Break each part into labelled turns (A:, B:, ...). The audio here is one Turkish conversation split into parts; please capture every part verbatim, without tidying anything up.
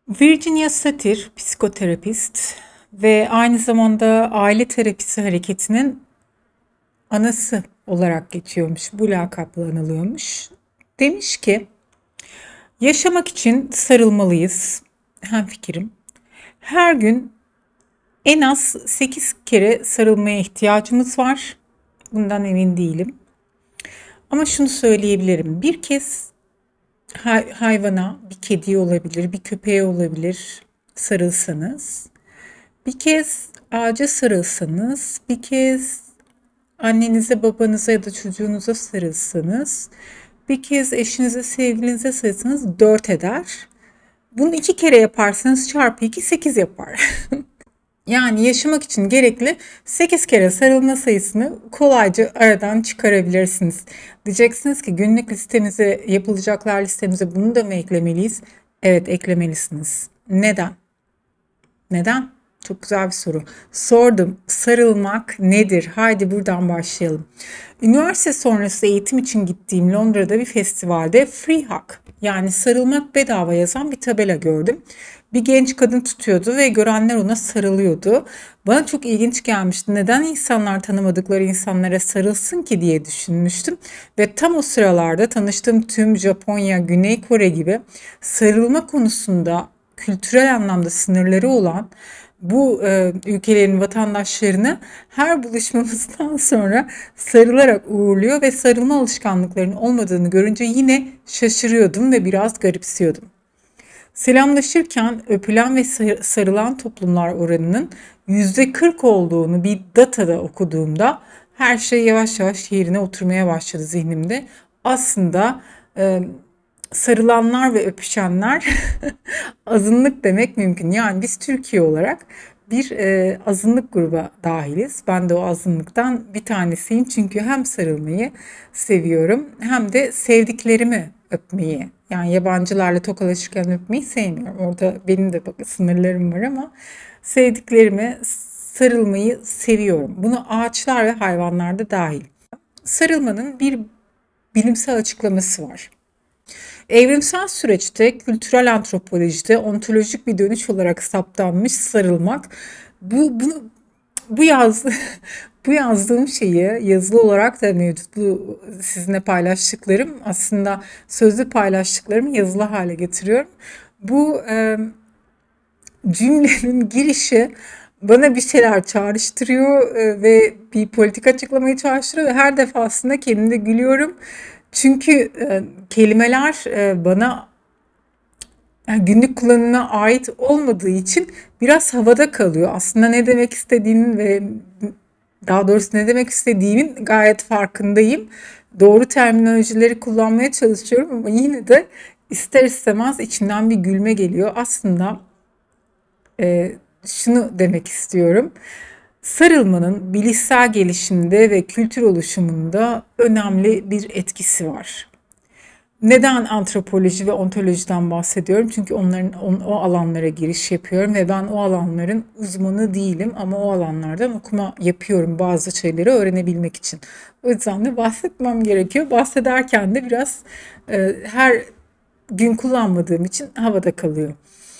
A: Virginia Satir, psikoterapist ve aynı zamanda aile terapisi hareketinin anası olarak geçiyormuş. Bu lakapla anılıyormuş. Demiş ki, yaşamak için sarılmalıyız. Hemfikirim. Her gün en az sekiz kere sarılmaya ihtiyacımız var. Bundan emin değilim. Ama şunu söyleyebilirim. Bir kez hay- hayvana, bir kediye olabilir, bir köpeğe olabilir sarılsanız. Bir kez ağaca sarılsanız, bir kez annenize, babanıza ya da çocuğunuza sarılsanız, bir kez eşinize, sevgilinize sarılsanız dört eder. Bunu iki kere yaparsanız çarpı iki sekiz yapar. Yani yaşamak için gerekli sekiz kere sarılma sayısını kolayca aradan çıkarabilirsiniz. Diyeceksiniz ki günlük listemize, yapılacaklar listemize bunu da mı eklemeliyiz? Evet, eklemelisiniz. Neden? Neden? Çok güzel bir soru. Sordum. Sarılmak nedir? Haydi buradan başlayalım. Üniversite sonrası eğitim için gittiğim Londra'da bir festivalde Free Hug, yani sarılmak bedava yazan bir tabela gördüm. Bir genç kadın tutuyordu ve görenler ona sarılıyordu. Bana çok ilginç gelmişti. Neden insanlar tanımadıkları insanlara sarılsın ki diye düşünmüştüm. Ve tam o sıralarda tanıştığım tüm Japonya, Güney Kore gibi sarılma konusunda kültürel anlamda sınırları olan bu e, ülkelerin vatandaşlarını her buluşmamızdan sonra sarılarak uğurluyor ve sarılma alışkanlıklarının olmadığını görünce yine şaşırıyordum ve biraz garipsiyordum. Selamlaşırken öpülen ve sarılan toplumlar oranının yüzde kırk olduğunu bir datada okuduğumda her şey yavaş yavaş yerine oturmaya başladı zihnimde. Aslında e, sarılanlar ve öpüşenler azınlık demek mümkün. Yani biz Türkiye olarak bir e, azınlık gruba dahiliz. Ben de o azınlıktan bir tanesiyim. Çünkü hem sarılmayı seviyorum hem de sevdiklerimi öpmeyi. Yani yabancılarla tokalaşırken öpmeyi sevmiyorum. Orada benim de bak sınırlarım var ama sevdiklerime sarılmayı seviyorum. Bunu ağaçlar ve hayvanlarda dahil. Sarılmanın bir bilimsel açıklaması var. Evrimsel süreçte kültürel antropolojide ontolojik bir dönüş olarak saptanmış sarılmak. Bu bunu bu yaz bu yazdığım şeyi yazılı olarak da mevcut. Bu sizinle paylaştıklarım aslında sözlü paylaştıklarımı yazılı hale getiriyorum. Bu e, cümlenin girişi bana bir şeyler çağrıştırıyor e, ve bir politik açıklamayı çağrıştırıyor ve her defasında kendimde gülüyorum. Çünkü e, kelimeler e, bana yani günlük kullanımına ait olmadığı için biraz havada kalıyor. Aslında ne demek istediğinin ve daha doğrusu ne demek istediğimin gayet farkındayım. Doğru terminolojileri kullanmaya çalışıyorum ama yine de ister istemez içimden bir gülme geliyor. Aslında e, şunu demek istiyorum. Sarılmanın bilişsel gelişimde ve kültür oluşumunda önemli bir etkisi var. Neden antropoloji ve ontolojiden bahsediyorum? Çünkü onların o alanlara giriş yapıyorum ve ben o alanların uzmanı değilim ama o alanlardan okuma yapıyorum bazı şeyleri öğrenebilmek için. O yüzden de bahsetmem gerekiyor. Bahsederken de biraz e, her gün kullanmadığım için havada kalıyor.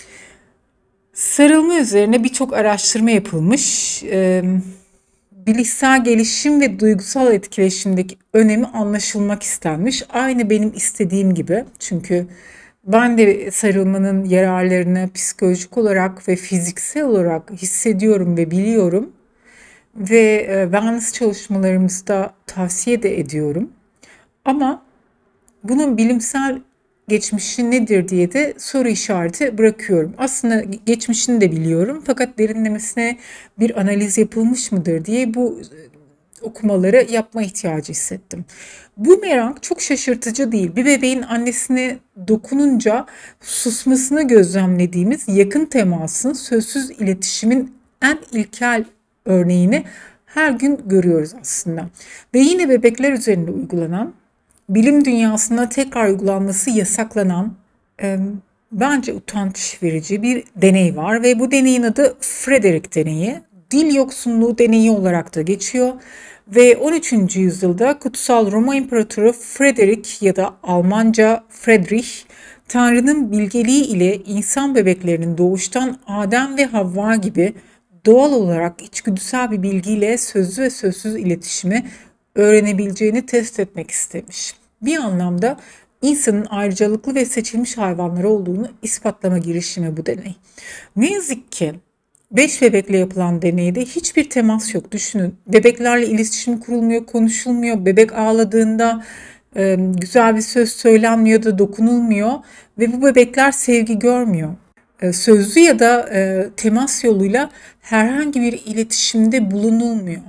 A: Sarılma üzerine birçok araştırma yapılmış. Ee, bilişsel gelişim ve duygusal etkileşimdeki önemi anlaşılmak istenmiş. Aynı benim istediğim gibi. Çünkü ben de sarılmanın yararlarını psikolojik olarak ve fiziksel olarak hissediyorum ve biliyorum. Ve e, wellness çalışmalarımızda tavsiye de ediyorum. Ama bunun bilimsel geçmişi nedir diye de soru işareti bırakıyorum. Aslında geçmişini de biliyorum fakat derinlemesine bir analiz yapılmış mıdır diye bu okumaları yapma ihtiyacı hissettim. Bu merak çok şaşırtıcı değil. Bir bebeğin annesine dokununca susmasını gözlemlediğimiz yakın temasın, sözsüz iletişimin en ilkel örneğini her gün görüyoruz aslında. Ve yine bebekler üzerinde uygulanan, bilim dünyasında tekrar uygulanması yasaklanan e, bence utanç verici bir deney var ve bu deneyin adı Frederick deneyi. Dil yoksunluğu deneyi olarak da geçiyor ve on üçüncü yüzyılda Kutsal Roma İmparatoru Frederick ya da Almanca Friedrich Tanrı'nın bilgeliği ile insan bebeklerinin doğuştan Adem ve Havva gibi doğal olarak içgüdüsel bir bilgiyle sözlü ve sözsüz iletişimi öğrenebileceğini test etmek istemiş. Bir anlamda insanın ayrıcalıklı ve seçilmiş hayvanlar olduğunu ispatlama girişimi bu deney. Ne yazık ki beş bebekle yapılan deneyde hiçbir temas yok. Düşünün, bebeklerle iletişim kurulmuyor, konuşulmuyor. Bebek ağladığında e, güzel bir söz söylenmiyor da dokunulmuyor ve bu bebekler sevgi görmüyor. E, sözlü ya da e, temas yoluyla herhangi bir iletişimde bulunulmuyor.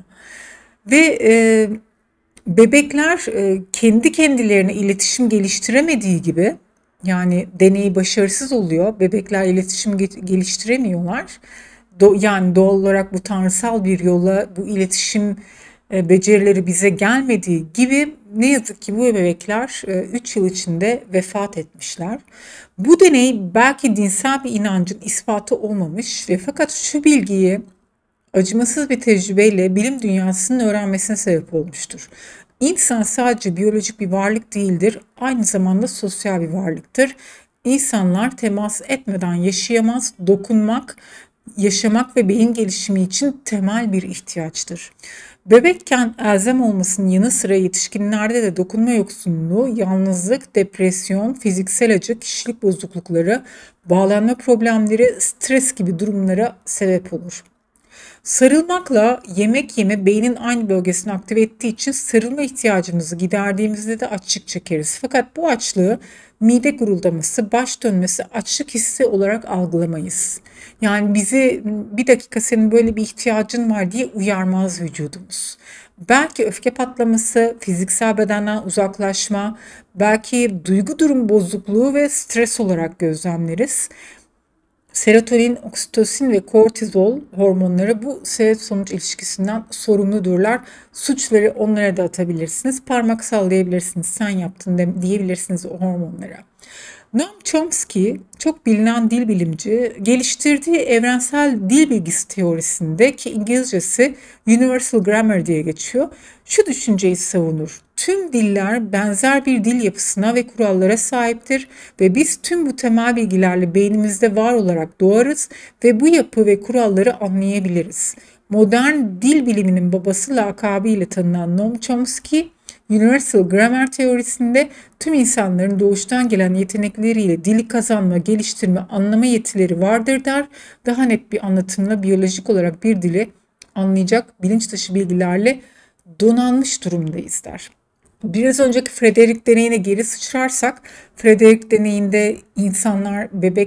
A: Ve e, bebekler e, kendi kendilerine iletişim geliştiremediği gibi, yani deneyi başarısız oluyor. Bebekler iletişim ge- geliştiremiyorlar. Do- yani doğal olarak bu tanrısal bir yolla bu iletişim e, becerileri bize gelmediği gibi ne yazık ki bu bebekler üç yıl içinde vefat etmişler. Bu deney belki dinsel bir inancın ispatı olmamış ve fakat şu bilgiyi acımasız bir tecrübeyle bilim dünyasının öğrenmesine sebep olmuştur. İnsan sadece biyolojik bir varlık değildir, aynı zamanda sosyal bir varlıktır. İnsanlar temas etmeden yaşayamaz, dokunmak, yaşamak ve beyin gelişimi için temel bir ihtiyaçtır. Bebekken elzem olmasının yanı sıra yetişkinlerde de dokunma yoksunluğu, yalnızlık, depresyon, fiziksel acı, kişilik bozuklukları, bağlanma problemleri, stres gibi durumlara sebep olur. Sarılmakla yemek yeme beynin aynı bölgesini aktive ettiği için sarılma ihtiyacımızı giderdiğimizde de açlık çekeriz. Fakat bu açlığı mide guruldaması, baş dönmesi, açlık hissi olarak algılamayız. Yani bizi bir dakika senin böyle bir ihtiyacın var diye uyarmaz vücudumuz. Belki öfke patlaması, fiziksel bedenden uzaklaşma, belki duygu durum bozukluğu ve stres olarak gözlemleriz. Serotonin, oksitosin ve kortizol hormonları bu sebep-sonuç ilişkisinden sorumludurlar. Suçları onlara da atabilirsiniz. Parmak sallayabilirsiniz. Sen yaptın de, diyebilirsiniz o hormonlara. Noam Chomsky çok bilinen dil bilimci, geliştirdiği evrensel dil bilgisi teorisinde, ki İngilizcesi Universal Grammar diye geçiyor, şu düşünceyi savunur. Tüm diller benzer bir dil yapısına ve kurallara sahiptir ve biz tüm bu temel bilgilerle beynimizde var olarak doğarız ve bu yapı ve kuralları anlayabiliriz. Modern dil biliminin babası lakabıyla tanınan Noam Chomsky, Universal Grammar teorisinde tüm insanların doğuştan gelen yetenekleriyle dili kazanma, geliştirme, anlama yetileri vardır der. Daha net bir anlatımla biyolojik olarak bir dili anlayacak bilinç dışı bilgilerle donanmış durumdayız der. Biraz önceki Frederick deneyine geri sıçrarsak, Frederick deneyinde insanlar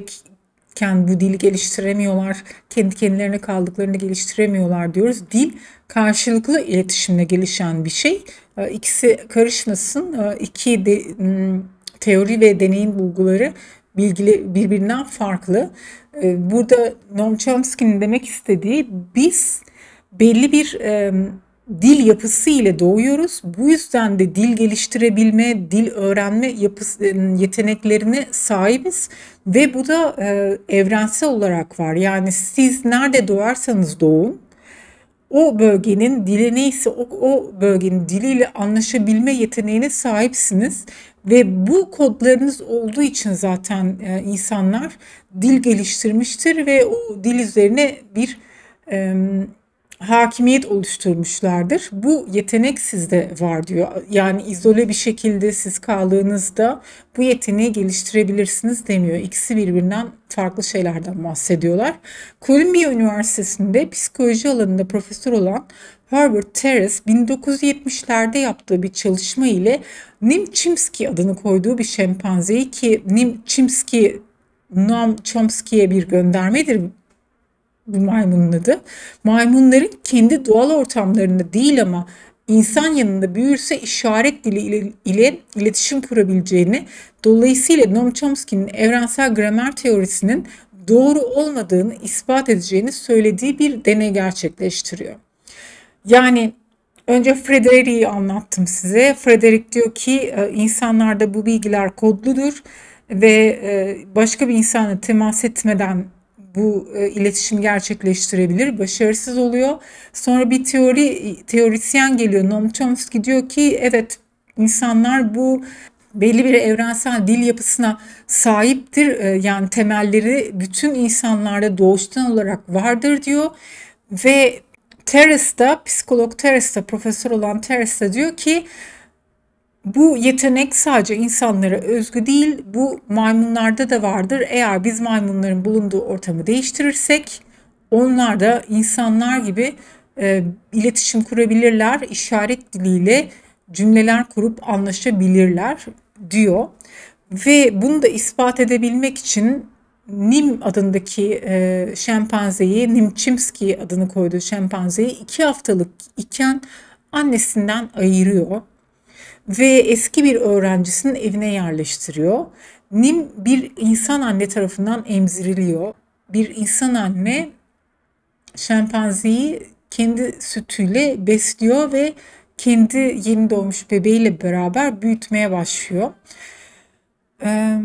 A: bebekken bu dili geliştiremiyorlar, kendi kendilerine kaldıklarını geliştiremiyorlar diyoruz. Dil karşılıklı iletişimle gelişen bir şey. İkisi karışmasın. İki de, teori ve deneyim bulguları bilgili, birbirinden farklı. Burada Noam Chomsky'nin demek istediği, biz belli bir e, dil yapısı ile doğuyoruz. Bu yüzden de dil geliştirebilme, dil öğrenme yapısı, yeteneklerine sahibiz ve bu da e, evrensel olarak var. Yani siz nerede doğarsanız doğun, o bölgenin dili neyse o, o bölgenin diliyle anlaşabilme yeteneğine sahipsiniz ve bu kodlarınız olduğu için zaten e, insanlar dil geliştirmiştir ve o dil üzerine bir e, hakimiyet oluşturmuşlardır. Bu yetenek sizde var diyor. Yani izole bir şekilde siz kaldığınızda bu yeteneği geliştirebilirsiniz demiyor. İkisi birbirinden farklı şeylerden bahsediyorlar. Columbia Üniversitesi'nde psikoloji alanında profesör olan Herbert Terrace bin dokuz yüz yetmişlerde yaptığı bir çalışma ile Nim Chimpsky adını koyduğu bir şempanzeyi, ki Nim Chimpsky Noam Chomsky'ye bir göndermedir bu maymunun adı. Maymunların kendi doğal ortamlarında değil ama insan yanında büyürse işaret dili ile, ile iletişim kurabileceğini, dolayısıyla Noam Chomsky'nin evrensel gramer teorisinin doğru olmadığını ispat edeceğini söylediği bir deney gerçekleştiriyor. Yani önce Frederick'i anlattım size. Frederick diyor ki insanlarda bu bilgiler kodludur ve başka bir insanla temas etmeden bu e, iletişim gerçekleştirebilir. Başarısız oluyor. Sonra bir teori teorisyen geliyor. Noam Chomsky diyor ki evet, insanlar bu belli bir evrensel dil yapısına sahiptir. E, yani temelleri bütün insanlarda doğuştan olarak vardır diyor. Ve Terrace da, psikolog Terrace da, profesör olan Terrace da diyor ki bu yetenek sadece insanlara özgü değil, bu maymunlarda da vardır. Eğer biz maymunların bulunduğu ortamı değiştirirsek onlar da insanlar gibi e, iletişim kurabilirler, işaret diliyle cümleler kurup anlaşabilirler diyor. Ve bunu da ispat edebilmek için Nim adındaki e, şempanzeyi, Nim Chimpsky adını koyduğu şempanzeyi iki haftalık iken annesinden ayırıyor ve eski bir öğrencisinin evine yerleştiriyor. Nim bir insan anne tarafından emziriliyor. Bir insan anne şempanzeyi kendi sütüyle besliyor ve kendi yeni doğmuş bebeğiyle beraber büyütmeye başlıyor. Ee,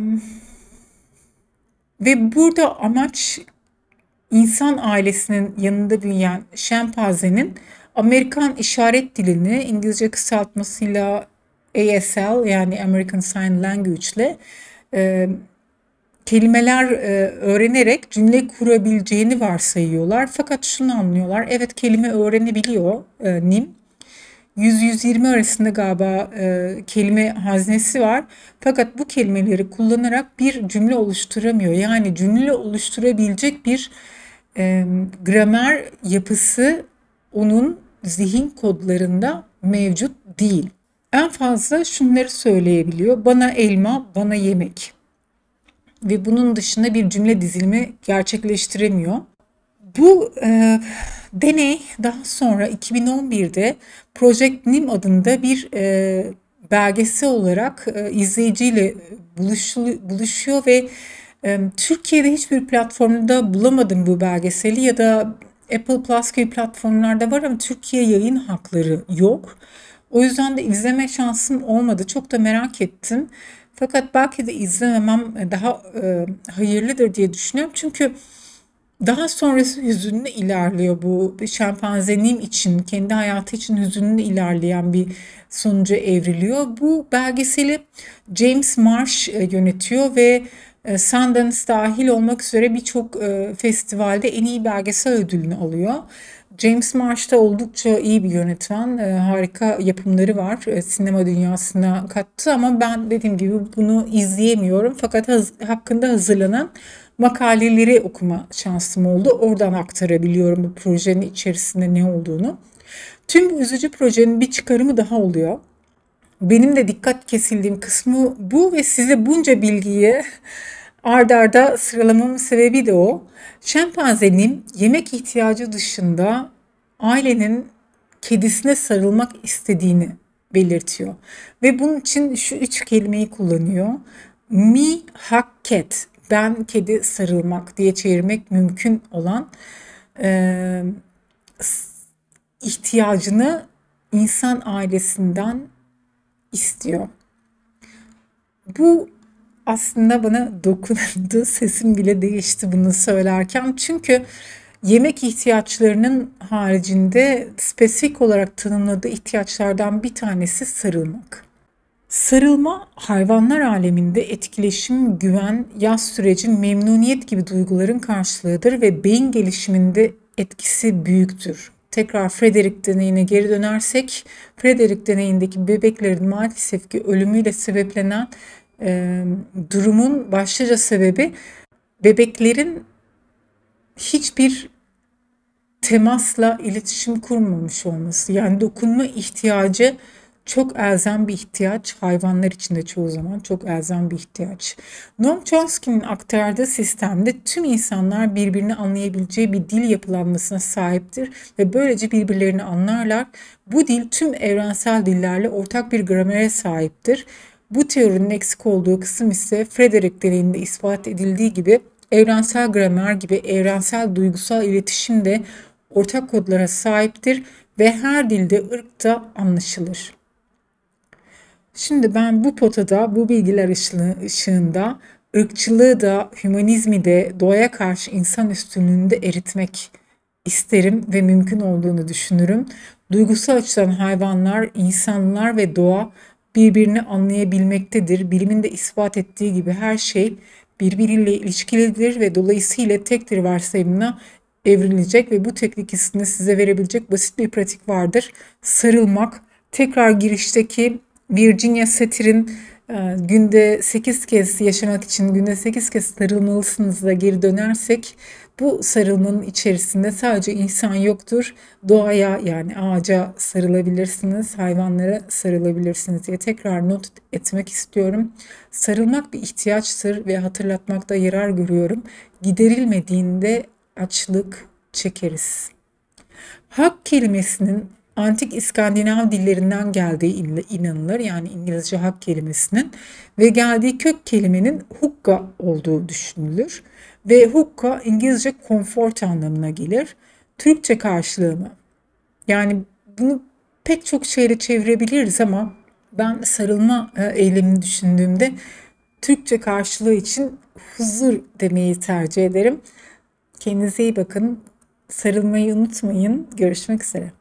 A: ve burada amaç insan ailesinin yanında büyüyen şempanzenin Amerikan işaret dilini, İngilizce kısaltmasıyla A S L yani American Sign Language ile e, kelimeler e, öğrenerek cümle kurabileceğini varsayıyorlar. Fakat şunu anlıyorlar, evet kelime öğrenebiliyor e, Nim. yüz yüz yirmi arasında galiba e, kelime haznesi var. Fakat bu kelimeleri kullanarak bir cümle oluşturamıyor. Yani cümle oluşturabilecek bir e, gramer yapısı onun zihin kodlarında mevcut değil. En fazla şunları söyleyebiliyor: bana elma, bana yemek. Ve bunun dışında bir cümle dizilimi gerçekleştiremiyor. Bu e, deney daha sonra iki bin on birde Project Nim adında bir e, belgesel olarak e, izleyiciyle buluşu, buluşuyor ve e, Türkiye'de hiçbir platformda bulamadım bu belgeseli ya da Apple Plus gibi platformlarda var ama Türkiye yayın hakları yok. O yüzden de izleme şansım olmadı. Çok da merak ettim. Fakat belki de izlememem daha e, hayırlıdır diye düşünüyorum. Çünkü daha sonrası hüzünlü ilerliyor bu. Şempanzenim için, kendi hayatı için hüzünlü ilerleyen bir sonuca evriliyor. Bu belgeseli James Marsh e, yönetiyor ve e, Sundance dahil olmak üzere birçok e, festivalde en iyi belgesel ödülünü alıyor. James Marsh da oldukça iyi bir yönetmen. E, harika yapımları var. E, sinema dünyasına kattı ama ben dediğim gibi bunu izleyemiyorum. Fakat haz, hakkında hazırlanan makaleleri okuma şansım oldu. Oradan aktarabiliyorum bu projenin içerisinde ne olduğunu. Tüm bu üzücü projenin bir çıkarımı daha oluyor. Benim de dikkat kesildiğim kısmı bu ve size bunca bilgiyi ard arda sıralamamın sebebi de o. Şempanzenin yemek ihtiyacı dışında ailenin kedisine sarılmak istediğini belirtiyor. Ve bunun için şu üç kelimeyi kullanıyor. Me hug cat, ben kedi sarılmak diye çevirmek mümkün olan e, ihtiyacını insan ailesinden istiyor. Bu aslında bana dokundu. Sesim bile değişti bunu söylerken. Çünkü yemek ihtiyaçlarının haricinde spesifik olarak tanımladığı ihtiyaçlardan bir tanesi sarılmak. Sarılma hayvanlar aleminde etkileşim, güven, yaz süreci, memnuniyet gibi duyguların karşılığıdır ve beyin gelişiminde etkisi büyüktür. Tekrar Frederick deneyine geri dönersek, Frederick deneyindeki bebeklerin maalesef ki ölümüyle sebeplenen e, durumun başlıca sebebi bebeklerin hiçbir temasla iletişim kurmamış olması. Yani dokunma ihtiyacı çok elzem bir ihtiyaç. Hayvanlar için de çoğu zaman çok elzem bir ihtiyaç. Noam Chomsky'nin aktardığı sistemde tüm insanlar birbirini anlayabileceği bir dil yapılanmasına sahiptir ve böylece birbirlerini anlarlar. Bu dil tüm evrensel dillerle ortak bir gramere sahiptir. Bu teorinin eksik olduğu kısım ise Frederick deneyinde ispat edildiği gibi evrensel gramer gibi evrensel duygusal iletişim de ortak kodlara sahiptir ve her dilde ırkta anlaşılır. Şimdi ben bu potada, bu bilgiler ışığında ırkçılığı da, hümanizmi de, doğaya karşı insan üstünlüğünü de eritmek isterim ve mümkün olduğunu düşünürüm. Duygusal açıdan hayvanlar, insanlar ve doğa birbirini anlayabilmektedir. Bilimin de ispat ettiği gibi her şey birbiriyle ilişkilidir ve dolayısıyla tektir varsayımına evrilecek ve bu tek ikisini size verebilecek basit bir pratik vardır. Sarılmak. Tekrar girişteki Virginia Satir'in e, günde sekiz kez yaşamak için günde sekiz kez sarılmalısınız da geri dönersek, bu sarılmanın içerisinde sadece insan yoktur. Doğaya, yani ağaca sarılabilirsiniz, hayvanlara sarılabilirsiniz diye tekrar not etmek istiyorum. Sarılmak bir ihtiyaçtır ve hatırlatmakta yarar görüyorum. Giderilmediğinde açlık çekeriz. Hak kelimesinin antik İskandinav dillerinden geldiği inanılır. Yani İngilizce hak kelimesinin ve geldiği kök kelimenin hukka olduğu düşünülür. Ve hukka İngilizce comfort anlamına gelir. Türkçe karşılığı mı? Yani bunu pek çok şeyle çevirebiliriz ama ben sarılma e, eylemini düşündüğümde Türkçe karşılığı için huzur demeyi tercih ederim. Kendinize iyi bakın. Sarılmayı unutmayın. Görüşmek üzere.